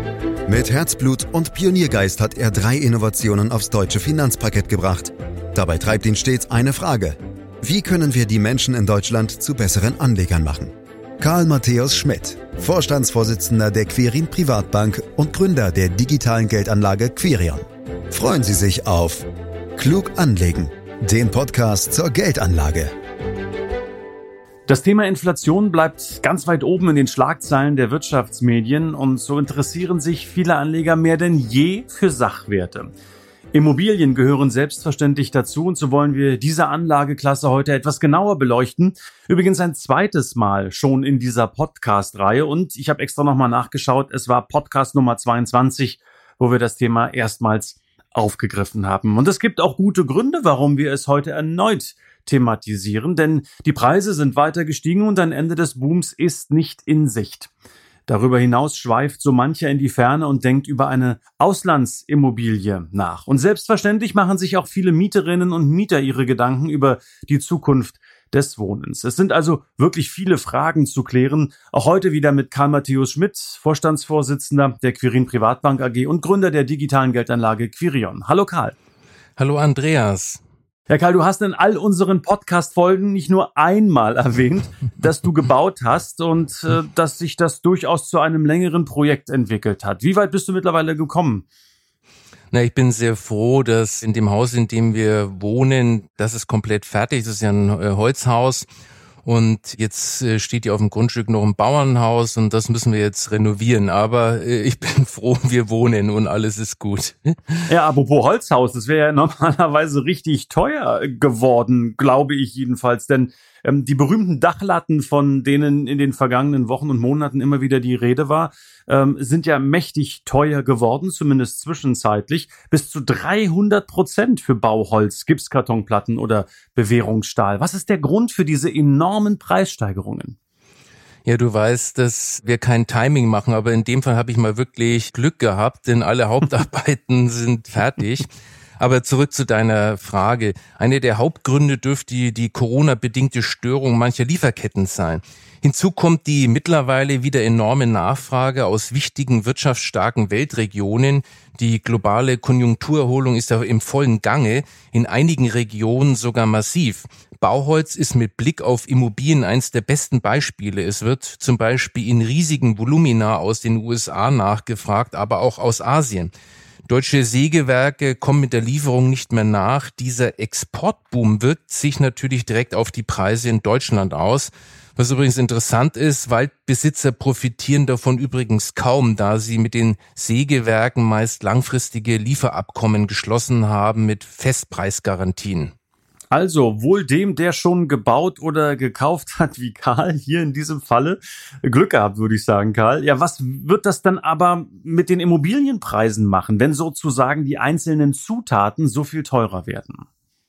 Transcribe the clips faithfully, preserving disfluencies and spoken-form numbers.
Mit Herzblut und Pioniergeist hat er drei Innovationen aufs deutsche Finanzparkett gebracht. Dabei treibt ihn stets eine Frage: Wie können wir die Menschen in Deutschland zu besseren Anlegern machen? Karl Matthäus Schmidt, Vorstandsvorsitzender der Quirin Privatbank und Gründer der digitalen Geldanlage Quirion. Freuen Sie sich auf Klug anlegen, den Podcast zur Geldanlage. Das Thema Inflation bleibt ganz weit oben in den Schlagzeilen der Wirtschaftsmedien und so interessieren sich viele Anleger mehr denn je für Sachwerte. Immobilien gehören selbstverständlich dazu und so wollen wir diese Anlageklasse heute etwas genauer beleuchten. Übrigens ein zweites Mal schon in dieser Podcast-Reihe und ich habe extra nochmal nachgeschaut, es war Podcast Nummer zweiundzwanzig, wo wir das Thema erstmals aufgegriffen haben. Und es gibt auch gute Gründe, warum wir es heute erneut thematisieren, denn die Preise sind weiter gestiegen und ein Ende des Booms ist nicht in Sicht. Darüber hinaus schweift so mancher in die Ferne und denkt über eine Auslandsimmobilie nach. Und selbstverständlich machen sich auch viele Mieterinnen und Mieter ihre Gedanken über die Zukunft des Wohnens. Es sind also wirklich viele Fragen zu klären. Auch heute wieder mit Karl Matthäus Schmidt, Vorstandsvorsitzender der Quirin Privatbank A G und Gründer der digitalen Geldanlage Quirion. Hallo Karl. Hallo Andreas. Herr Karl, du hast in all unseren Podcast-Folgen nicht nur einmal erwähnt, dass du gebaut hast und äh, dass sich das durchaus zu einem längeren Projekt entwickelt hat. Wie weit bist du mittlerweile gekommen? Na, ich bin sehr froh, dass in dem Haus, in dem wir wohnen, das ist komplett fertig. Das ist ja ein äh, Holzhaus. Und jetzt äh, steht hier auf dem Grundstück noch ein Bauernhaus und das müssen wir jetzt renovieren. Aber äh, ich bin froh, wir wohnen und alles ist gut. Ja, apropos Holzhaus, das wäre ja normalerweise richtig teuer geworden, glaube ich jedenfalls. Denn ähm, die berühmten Dachlatten, von denen in den vergangenen Wochen und Monaten immer wieder die Rede war, ähm, sind ja mächtig teuer geworden, zumindest zwischenzeitlich. Bis zu dreihundert Prozent für Bauholz, Gipskartonplatten oder Bewährungsstahl. Was ist der Grund für diese enormen Preissteigerungen? Ja, du weißt, dass wir kein Timing machen, aber in dem Fall habe ich mal wirklich Glück gehabt, denn alle Hauptarbeiten sind fertig. Aber zurück zu deiner Frage. Eine der Hauptgründe dürfte die, die Corona-bedingte Störung mancher Lieferketten sein. Hinzu kommt die mittlerweile wieder enorme Nachfrage aus wichtigen wirtschaftsstarken Weltregionen. Die globale Konjunkturerholung ist ja im vollen Gange, in einigen Regionen sogar massiv. Bauholz ist mit Blick auf Immobilien eins der besten Beispiele. Es wird zum Beispiel in riesigen Volumina aus den U S A nachgefragt, aber auch aus Asien. Deutsche Sägewerke kommen mit der Lieferung nicht mehr nach. Dieser Exportboom wirkt sich natürlich direkt auf die Preise in Deutschland aus. Was übrigens interessant ist, Waldbesitzer profitieren davon übrigens kaum, da sie mit den Sägewerken meist langfristige Lieferabkommen geschlossen haben mit Festpreisgarantien. Also wohl dem, der schon gebaut oder gekauft hat, wie Karl hier in diesem Falle. Glück gehabt, würde ich sagen, Karl. Ja, was wird das dann aber mit den Immobilienpreisen machen, wenn sozusagen die einzelnen Zutaten so viel teurer werden?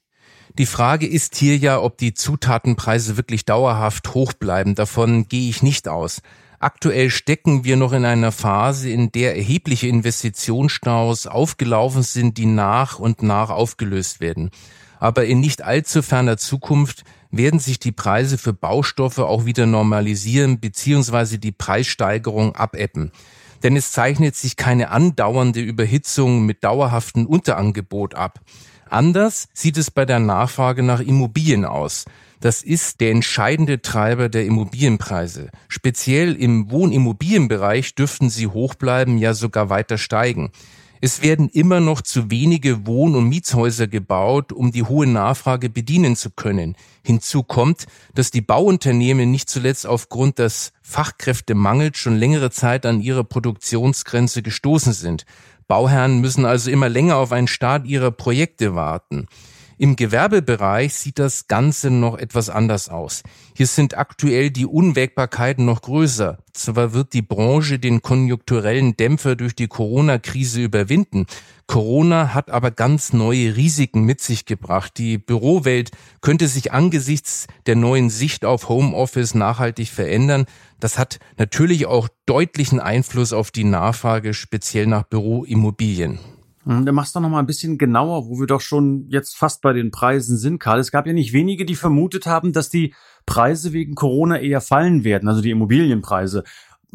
Die Frage ist hier ja, ob die Zutatenpreise wirklich dauerhaft hoch bleiben. Davon gehe ich nicht aus. Aktuell stecken wir noch in einer Phase, in der erhebliche Investitionsstaus aufgelaufen sind, die nach und nach aufgelöst werden. Aber in nicht allzu ferner Zukunft werden sich die Preise für Baustoffe auch wieder normalisieren bzw. die Preissteigerung abebben. Denn es zeichnet sich keine andauernde Überhitzung mit dauerhaftem Unterangebot ab. Anders sieht es bei der Nachfrage nach Immobilien aus. Das ist der entscheidende Treiber der Immobilienpreise. Speziell im Wohnimmobilienbereich dürften sie hoch bleiben, ja sogar weiter steigen. Es werden immer noch zu wenige Wohn- und Mietshäuser gebaut, um die hohe Nachfrage bedienen zu können. Hinzu kommt, dass die Bauunternehmen nicht zuletzt aufgrund des Fachkräftemangels schon längere Zeit an ihre Produktionsgrenze gestoßen sind. Bauherren müssen also immer länger auf einen Start ihrer Projekte warten. Im Gewerbebereich sieht das Ganze noch etwas anders aus. Hier sind aktuell die Unwägbarkeiten noch größer. Zwar wird die Branche den konjunkturellen Dämpfer durch die Corona-Krise überwinden. Corona hat aber ganz neue Risiken mit sich gebracht. Die Bürowelt könnte sich angesichts der neuen Sicht auf Homeoffice nachhaltig verändern. Das hat natürlich auch deutlichen Einfluss auf die Nachfrage, speziell nach Büroimmobilien. Dann mach's doch noch mal ein bisschen genauer, wo wir doch schon jetzt fast bei den Preisen sind, Karl. Es gab ja nicht wenige, die vermutet haben, dass die Preise wegen Corona eher fallen werden, also die Immobilienpreise.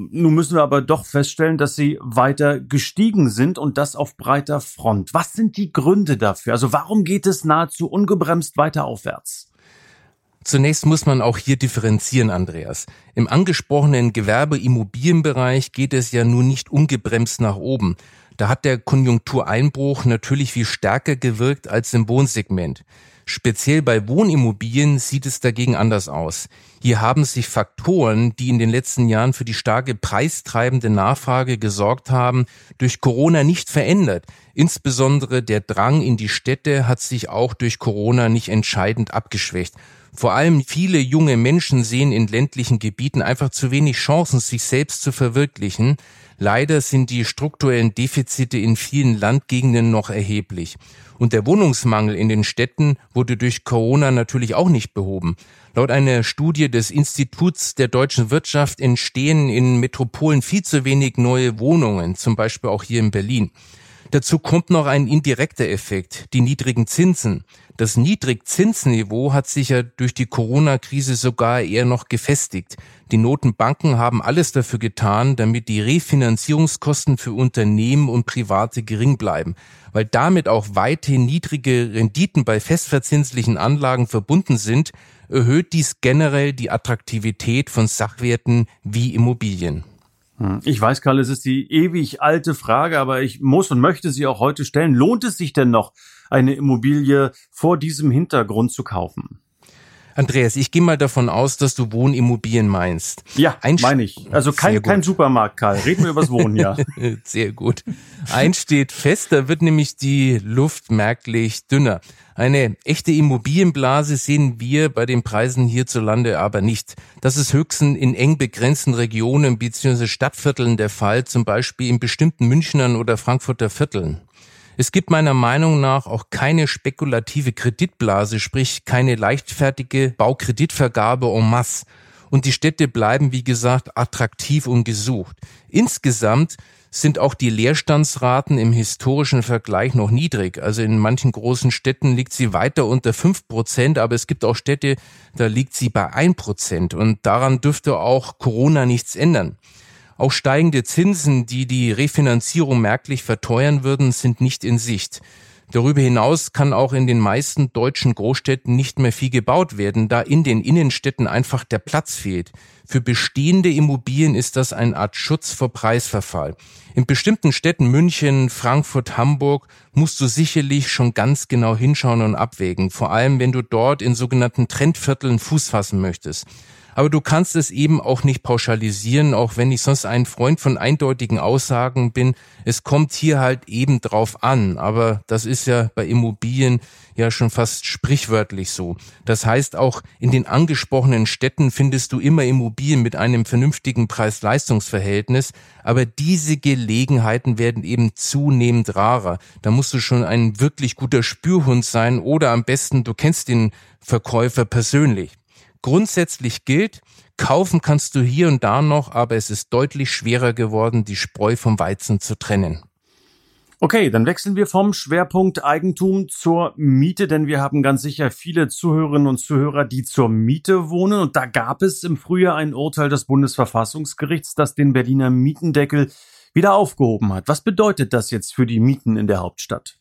Nun müssen wir aber doch feststellen, dass sie weiter gestiegen sind und das auf breiter Front. Was sind die Gründe dafür? Also warum geht es nahezu ungebremst weiter aufwärts? Zunächst muss man auch hier differenzieren, Andreas. Im angesprochenen Gewerbeimmobilienbereich geht es ja nun nicht ungebremst nach oben. Da hat der Konjunktureinbruch natürlich viel stärker gewirkt als im Wohnsegment. Speziell bei Wohnimmobilien sieht es dagegen anders aus. Hier haben sich Faktoren, die in den letzten Jahren für die starke preistreibende Nachfrage gesorgt haben, durch Corona nicht verändert. Insbesondere der Drang in die Städte hat sich auch durch Corona nicht entscheidend abgeschwächt. Vor allem viele junge Menschen sehen in ländlichen Gebieten einfach zu wenig Chancen, sich selbst zu verwirklichen. Leider sind die strukturellen Defizite in vielen Landgegenden noch erheblich. Und der Wohnungsmangel in den Städten wurde durch Corona natürlich auch nicht behoben. Laut einer Studie des Instituts der deutschen Wirtschaft entstehen in Metropolen viel zu wenig neue Wohnungen, zum Beispiel auch hier in Berlin. Dazu kommt noch ein indirekter Effekt, die niedrigen Zinsen. Das Niedrigzinsniveau hat sich ja durch die Corona-Krise sogar eher noch gefestigt. Die Notenbanken haben alles dafür getan, damit die Refinanzierungskosten für Unternehmen und Private gering bleiben. Weil damit auch weiterhin niedrige Renditen bei festverzinslichen Anlagen verbunden sind, erhöht dies generell die Attraktivität von Sachwerten wie Immobilien. Ich weiß, Karl, es ist die ewig alte Frage, aber ich muss und möchte sie auch heute stellen. Lohnt es sich denn noch, eine Immobilie vor diesem Hintergrund zu kaufen? Andreas, ich gehe mal davon aus, dass du Wohnimmobilien meinst. Ja, meine ich. Also kein, kein Supermarkt, Karl. Reden wir übers Wohnen, ja. Sehr gut. Eins steht fest, da wird nämlich die Luft merklich dünner. Eine echte Immobilienblase sehen wir bei den Preisen hierzulande aber nicht. Das ist höchstens in eng begrenzten Regionen bzw. Stadtvierteln der Fall, zum Beispiel in bestimmten Münchnern oder Frankfurter Vierteln. Es gibt meiner Meinung nach auch keine spekulative Kreditblase, sprich keine leichtfertige Baukreditvergabe en masse. Und die Städte bleiben, wie gesagt, attraktiv und gesucht. Insgesamt sind auch die Leerstandsraten im historischen Vergleich noch niedrig. Also in manchen großen Städten liegt sie weiter unter fünf Prozent, aber es gibt auch Städte, da liegt sie bei ein Prozent. Und daran dürfte auch Corona nichts ändern. Auch steigende Zinsen, die die Refinanzierung merklich verteuern würden, sind nicht in Sicht. Darüber hinaus kann auch in den meisten deutschen Großstädten nicht mehr viel gebaut werden, da in den Innenstädten einfach der Platz fehlt. Für bestehende Immobilien ist das eine Art Schutz vor Preisverfall. In bestimmten Städten, München, Frankfurt, Hamburg, musst du sicherlich schon ganz genau hinschauen und abwägen, vor allem wenn du dort in sogenannten Trendvierteln Fuß fassen möchtest. Aber du kannst es eben auch nicht pauschalisieren, auch wenn ich sonst ein Freund von eindeutigen Aussagen bin. Es kommt hier halt eben drauf an, aber das ist ja bei Immobilien ja schon fast sprichwörtlich so. Das heißt, auch in den angesprochenen Städten findest du immer Immobilien mit einem vernünftigen Preis-Leistungs-Verhältnis, aber diese Gelegenheiten werden eben zunehmend rarer. Da musst du schon ein wirklich guter Spürhund sein oder am besten, du kennst den Verkäufer persönlich. Grundsätzlich gilt, kaufen kannst du hier und da noch, aber es ist deutlich schwerer geworden, die Spreu vom Weizen zu trennen. Okay, dann wechseln wir vom Schwerpunkt Eigentum zur Miete, denn wir haben ganz sicher viele Zuhörerinnen und Zuhörer, die zur Miete wohnen. Und da gab es im Frühjahr ein Urteil des Bundesverfassungsgerichts, das den Berliner Mietendeckel wieder aufgehoben hat. Was bedeutet das jetzt für die Mieten in der Hauptstadt?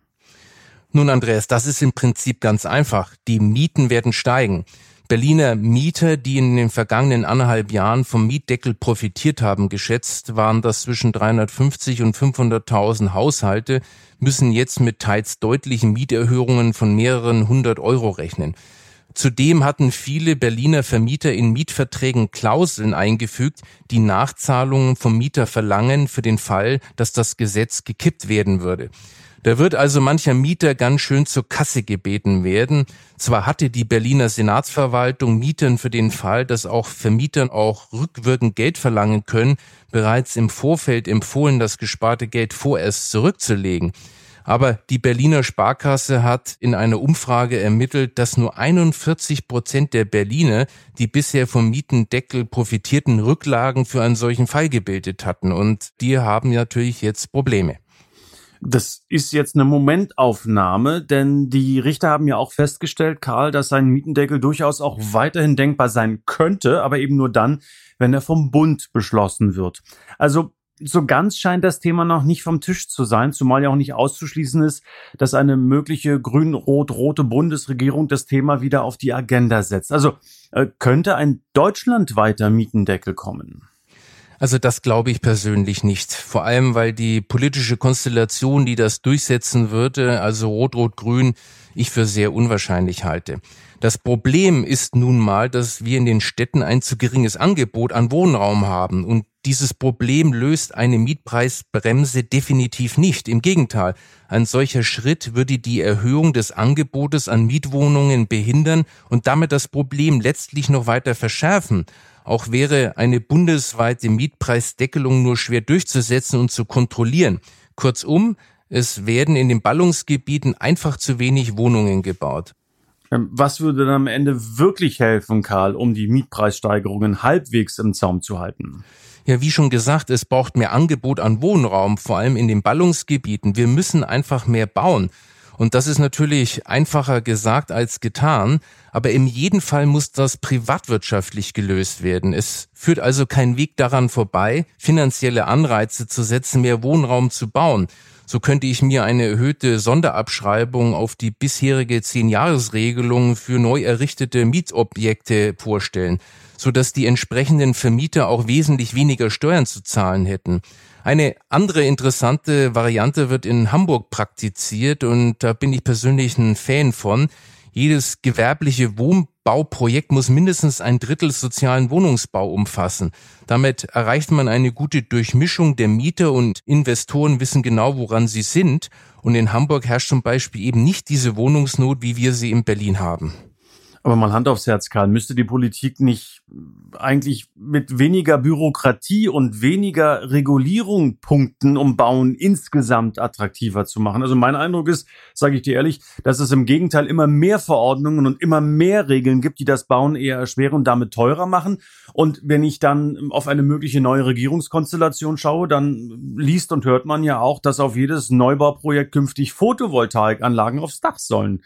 Nun, Andreas, das ist im Prinzip ganz einfach. Die Mieten werden steigen. Berliner Mieter, die in den vergangenen anderthalb Jahren vom Mietdeckel profitiert haben, geschätzt waren das zwischen dreihundertfünfzig und fünfhunderttausend Haushalte, müssen jetzt mit teils deutlichen Mieterhöhungen von mehreren hundert Euro rechnen. Zudem hatten viele Berliner Vermieter in Mietverträgen Klauseln eingefügt, die Nachzahlungen vom Mieter verlangen für den Fall, dass das Gesetz gekippt werden würde. Da wird also mancher Mieter ganz schön zur Kasse gebeten werden. Zwar hatte die Berliner Senatsverwaltung Mietern für den Fall, dass auch Vermieter auch rückwirkend Geld verlangen können, bereits im Vorfeld empfohlen, das gesparte Geld vorerst zurückzulegen. Aber die Berliner Sparkasse hat in einer Umfrage ermittelt, dass nur einundvierzig Prozent der Berliner, die bisher vom Mietendeckel profitierten, Rücklagen für einen solchen Fall gebildet hatten. Und die haben natürlich jetzt Probleme. Das ist jetzt eine Momentaufnahme, denn die Richter haben ja auch festgestellt, Karl, dass ein Mietendeckel durchaus auch weiterhin denkbar sein könnte, aber eben nur dann, wenn er vom Bund beschlossen wird. Also so ganz scheint das Thema noch nicht vom Tisch zu sein, zumal ja auch nicht auszuschließen ist, dass eine mögliche grün-rot-rote Bundesregierung das Thema wieder auf die Agenda setzt. Also äh, könnte ein deutschlandweiter Mietendeckel kommen? Also das glaube ich persönlich nicht. Vor allem, weil die politische Konstellation, die das durchsetzen würde, also Rot-Rot-Grün, ich für sehr unwahrscheinlich halte. Das Problem ist nun mal, dass wir in den Städten ein zu geringes Angebot an Wohnraum haben. Und dieses Problem löst eine Mietpreisbremse definitiv nicht. Im Gegenteil, ein solcher Schritt würde die Erhöhung des Angebotes an Mietwohnungen behindern und damit das Problem letztlich noch weiter verschärfen. Auch wäre eine bundesweite Mietpreisdeckelung nur schwer durchzusetzen und zu kontrollieren. Kurzum, es werden in den Ballungsgebieten einfach zu wenig Wohnungen gebaut. Was würde dann am Ende wirklich helfen, Karl, um die Mietpreissteigerungen halbwegs im Zaum zu halten? Ja, wie schon gesagt, es braucht mehr Angebot an Wohnraum, vor allem in den Ballungsgebieten. Wir müssen einfach mehr bauen. Und das ist natürlich einfacher gesagt als getan, aber in jedem Fall muss das privatwirtschaftlich gelöst werden. Es führt also kein Weg daran vorbei, finanzielle Anreize zu setzen, mehr Wohnraum zu bauen. So könnte ich mir eine erhöhte Sonderabschreibung auf die bisherige zehn-Jahres-Regelung für neu errichtete Mietobjekte vorstellen, sodass die entsprechenden Vermieter auch wesentlich weniger Steuern zu zahlen hätten. Eine andere interessante Variante wird in Hamburg praktiziert und da bin ich persönlich ein Fan von. Jedes gewerbliche Wohnbauprojekt muss mindestens ein Drittel sozialen Wohnungsbau umfassen. Damit erreicht man eine gute Durchmischung der Mieter und Investoren wissen genau, woran sie sind. Und in Hamburg herrscht zum Beispiel eben nicht diese Wohnungsnot, wie wir sie in Berlin haben. Aber mal Hand aufs Herz, Karl, müsste die Politik nicht eigentlich mit weniger Bürokratie und weniger Regulierung punkten, um Bauen insgesamt attraktiver zu machen? Also mein Eindruck ist, sage ich dir ehrlich, dass es im Gegenteil immer mehr Verordnungen und immer mehr Regeln gibt, die das Bauen eher erschweren und damit teurer machen. Und wenn ich dann auf eine mögliche neue Regierungskonstellation schaue, dann liest und hört man ja auch, dass auf jedes Neubauprojekt künftig Photovoltaikanlagen aufs Dach sollen.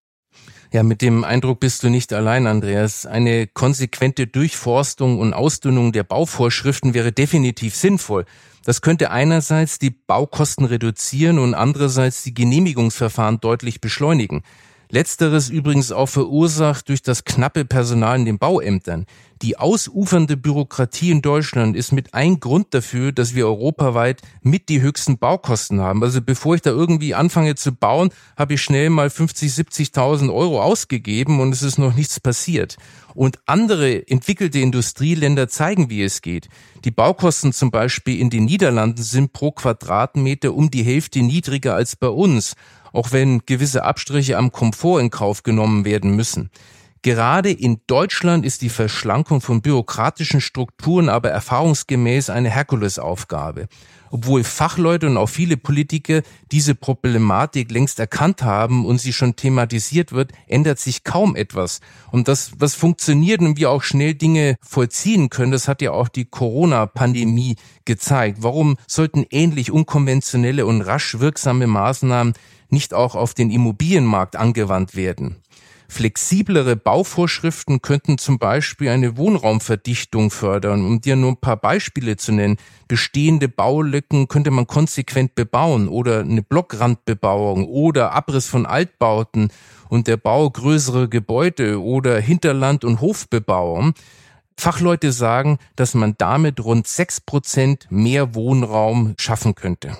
Ja, mit dem Eindruck bist du nicht allein, Andreas. Eine konsequente Durchforstung und Ausdünnung der Bauvorschriften wäre definitiv sinnvoll. Das könnte einerseits die Baukosten reduzieren und andererseits die Genehmigungsverfahren deutlich beschleunigen. Letzteres übrigens auch verursacht durch das knappe Personal in den Bauämtern. Die ausufernde Bürokratie in Deutschland ist mit ein Grund dafür, dass wir europaweit mit die höchsten Baukosten haben. Also bevor ich da irgendwie anfange zu bauen, habe ich schnell mal fünfzig, siebzigtausend Euro ausgegeben und es ist noch nichts passiert. Und andere entwickelte Industrieländer zeigen, wie es geht. Die Baukosten zum Beispiel in den Niederlanden sind pro Quadratmeter um die Hälfte niedriger als bei uns, auch wenn gewisse Abstriche am Komfort in Kauf genommen werden müssen. Gerade in Deutschland ist die Verschlankung von bürokratischen Strukturen aber erfahrungsgemäß eine Herkulesaufgabe. Obwohl Fachleute und auch viele Politiker diese Problematik längst erkannt haben und sie schon thematisiert wird, ändert sich kaum etwas. Und das, was funktioniert und wir auch schnell Dinge vollziehen können, das hat ja auch die Corona-Pandemie gezeigt. Warum sollten ähnlich unkonventionelle und rasch wirksame Maßnahmen nicht auch auf den Immobilienmarkt angewandt werden? Flexiblere Bauvorschriften könnten zum Beispiel eine Wohnraumverdichtung fördern. Um dir nur ein paar Beispiele zu nennen: Bestehende Baulücken könnte man konsequent bebauen oder eine Blockrandbebauung oder Abriss von Altbauten und der Bau größerer Gebäude oder Hinterland- und Hofbebauung. Fachleute sagen, dass man damit rund sechs Prozent mehr Wohnraum schaffen könnte.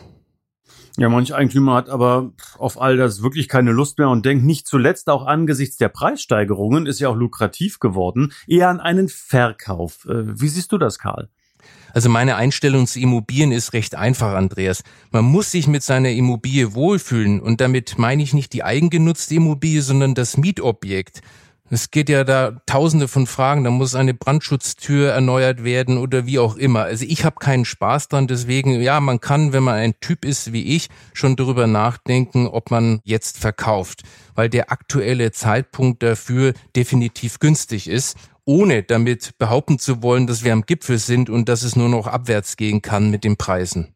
Ja, manch Eigentümer hat aber auf all das wirklich keine Lust mehr und denkt nicht zuletzt auch angesichts der Preissteigerungen, ist ja auch lukrativ geworden, eher an einen Verkauf. Wie siehst du das, Karl? Also meine Einstellung zu Immobilien ist recht einfach, Andreas. Man muss sich mit seiner Immobilie wohlfühlen und damit meine ich nicht die eigengenutzte Immobilie, sondern das Mietobjekt. Es geht ja da tausende von Fragen, da muss eine Brandschutztür erneuert werden oder wie auch immer. Also ich habe keinen Spaß dran, deswegen, ja, man kann, wenn man ein Typ ist wie ich, schon darüber nachdenken, ob man jetzt verkauft, weil der aktuelle Zeitpunkt dafür definitiv günstig ist, ohne damit behaupten zu wollen, dass wir am Gipfel sind und dass es nur noch abwärts gehen kann mit den Preisen.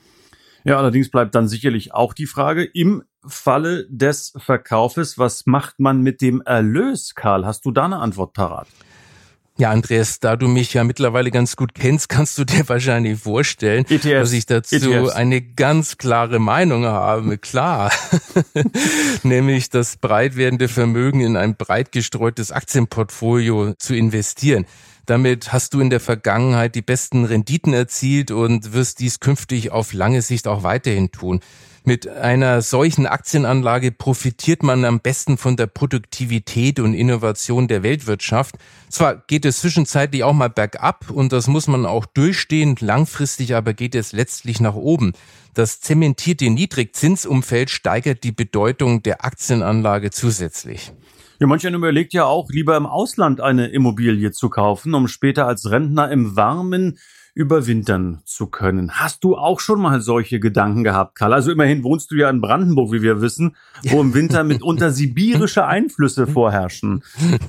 Ja, allerdings bleibt dann sicherlich auch die Frage, im Falle des Verkaufes, was macht man mit dem Erlös, Karl? Hast du da eine Antwort parat? Ja, Andreas, da du mich ja mittlerweile ganz gut kennst, kannst du dir wahrscheinlich vorstellen, E T Fs. dass ich dazu E T Fs. eine ganz klare Meinung habe. Klar. Nämlich das breit werdende Vermögen in ein breit gestreutes Aktienportfolio zu investieren. Damit hast du in der Vergangenheit die besten Renditen erzielt und wirst dies künftig auf lange Sicht auch weiterhin tun. Mit einer solchen Aktienanlage profitiert man am besten von der Produktivität und Innovation der Weltwirtschaft. Zwar geht es zwischenzeitlich auch mal bergab und das muss man auch durchstehen, langfristig aber geht es letztlich nach oben. Das zementierte Niedrigzinsumfeld steigert die Bedeutung der Aktienanlage zusätzlich. Ja, manch einer überlegt ja auch, lieber im Ausland eine Immobilie zu kaufen, um später als Rentner im Warmen überwintern zu können. Hast du auch schon mal solche Gedanken gehabt, Karl? Also immerhin wohnst du ja in Brandenburg, wie wir wissen, wo im Winter mitunter sibirische Einflüsse vorherrschen.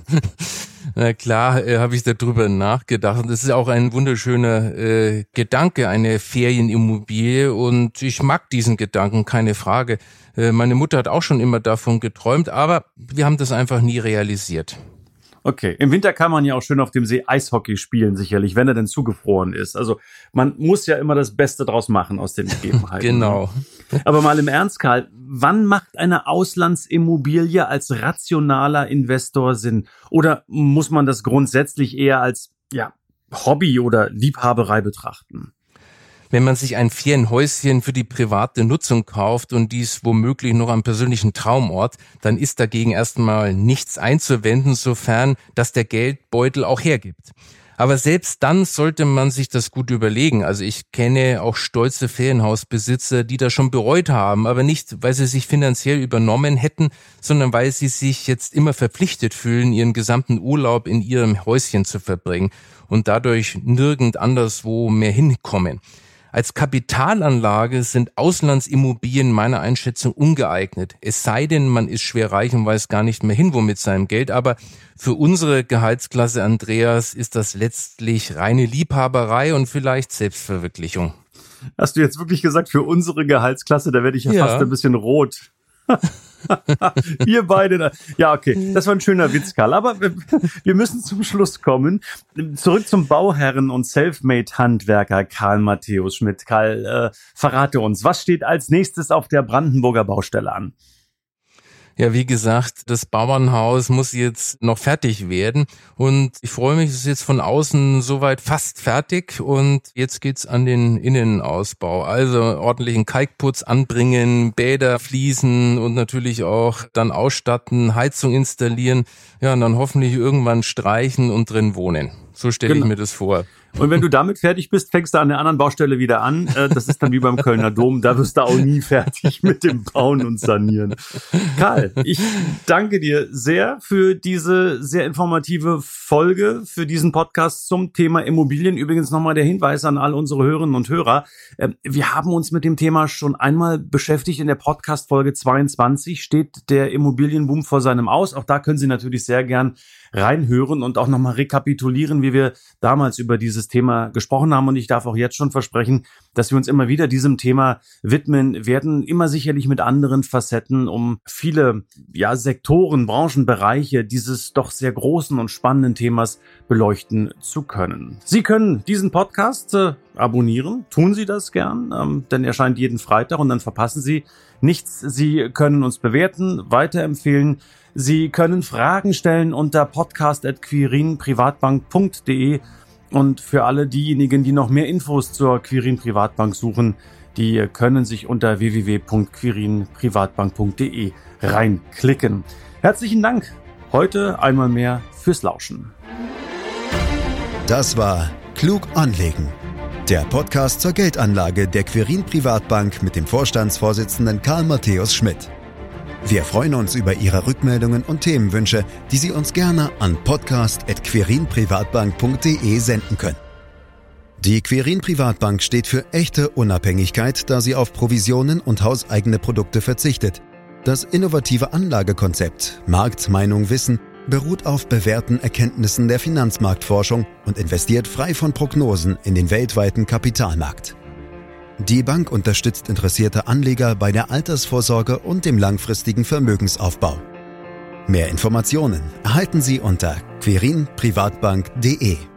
Na klar, äh, habe ich darüber nachgedacht. Und das ist auch ein wunderschöner äh, Gedanke, eine Ferienimmobilie. Und ich mag diesen Gedanken, keine Frage. Äh, meine Mutter hat auch schon immer davon geträumt, aber wir haben das einfach nie realisiert. Okay, im Winter kann man ja auch schön auf dem See Eishockey spielen, sicherlich, wenn er denn zugefroren ist. Also man muss ja immer das Beste draus machen aus den Gegebenheiten. Genau. Aber mal im Ernst, Karl, wann macht eine Auslandsimmobilie als rationaler Investor Sinn? Oder muss man das grundsätzlich eher als ja, Hobby oder Liebhaberei betrachten? Wenn man sich ein Ferienhäuschen für die private Nutzung kauft und dies womöglich noch am persönlichen Traumort, dann ist dagegen erstmal nichts einzuwenden, sofern das der Geldbeutel auch hergibt. Aber selbst dann sollte man sich das gut überlegen. Also ich kenne auch stolze Ferienhausbesitzer, die das schon bereut haben, aber nicht, weil sie sich finanziell übernommen hätten, sondern weil sie sich jetzt immer verpflichtet fühlen, ihren gesamten Urlaub in ihrem Häuschen zu verbringen und dadurch nirgend anderswo mehr hinkommen. Als Kapitalanlage sind Auslandsimmobilien meiner Einschätzung ungeeignet. Es sei denn, man ist schwer reich und weiß gar nicht mehr hin, wo mit seinem Geld. Aber für unsere Gehaltsklasse, Andreas, ist das letztlich reine Liebhaberei und vielleicht Selbstverwirklichung. Hast du jetzt wirklich gesagt, für unsere Gehaltsklasse? Da werde ich ja, ja. fast ein bisschen rot. Wir beide. Ja, okay. Das war ein schöner Witz, Karl. Aber wir müssen zum Schluss kommen. Zurück zum Bauherren und Selfmade-Handwerker Karl Matthäus Schmidt. Karl, äh, verrate uns, was steht als nächstes auf der Brandenburger Baustelle an? Ja, wie gesagt, das Bauernhaus muss jetzt noch fertig werden und ich freue mich, es ist jetzt von außen soweit fast fertig und jetzt geht's an den Innenausbau. Also ordentlichen Kalkputz anbringen, Bäder fließen und natürlich auch dann ausstatten, Heizung installieren, ja, und dann hoffentlich irgendwann streichen und drin wohnen. So stelle genau. ich mir das vor. Und wenn du damit fertig bist, fängst du an der anderen Baustelle wieder an. Das ist dann wie beim Kölner Dom. Da wirst du auch nie fertig mit dem Bauen und Sanieren. Karl, ich danke dir sehr für diese sehr informative Folge, für diesen Podcast zum Thema Immobilien. Übrigens nochmal der Hinweis an all unsere Hörerinnen und Hörer. Wir haben uns mit dem Thema schon einmal beschäftigt. In der Podcast-Folge zweiundzwanzig steht der Immobilienboom vor seinem Aus. Auch da können Sie natürlich sehr gern reinhören und auch nochmal rekapitulieren, wie wir damals über dieses Thema gesprochen haben. Und ich darf auch jetzt schon versprechen, dass wir uns immer wieder diesem Thema widmen werden, immer sicherlich mit anderen Facetten, um viele ja, Sektoren, Branchenbereiche dieses doch sehr großen und spannenden Themas beleuchten zu können. Sie können diesen Podcast äh, abonnieren, tun Sie das gern, ähm, denn er erscheint jeden Freitag und dann verpassen Sie nichts. Sie können uns bewerten, weiterempfehlen. Sie können Fragen stellen unter podcast at quirin privatbank punkt de und für alle diejenigen, die noch mehr Infos zur Quirin Privatbank suchen, die können sich unter w w w punkt quirin privatbank punkt de reinklicken. Herzlichen Dank heute einmal mehr fürs Lauschen. Das war Klug anlegen. Der Podcast zur Geldanlage der Quirin Privatbank mit dem Vorstandsvorsitzenden Karl Matthäus Schmidt. Wir freuen uns über Ihre Rückmeldungen und Themenwünsche, die Sie uns gerne an podcast at quirin privatbank punkt de senden können. Die Quirin Privatbank steht für echte Unabhängigkeit, da sie auf Provisionen und hauseigene Produkte verzichtet. Das innovative Anlagekonzept Markt, Meinung, Wissen beruht auf bewährten Erkenntnissen der Finanzmarktforschung und investiert frei von Prognosen in den weltweiten Kapitalmarkt. Die Bank unterstützt interessierte Anleger bei der Altersvorsorge und dem langfristigen Vermögensaufbau. Mehr Informationen erhalten Sie unter quirin privatbank punkt de.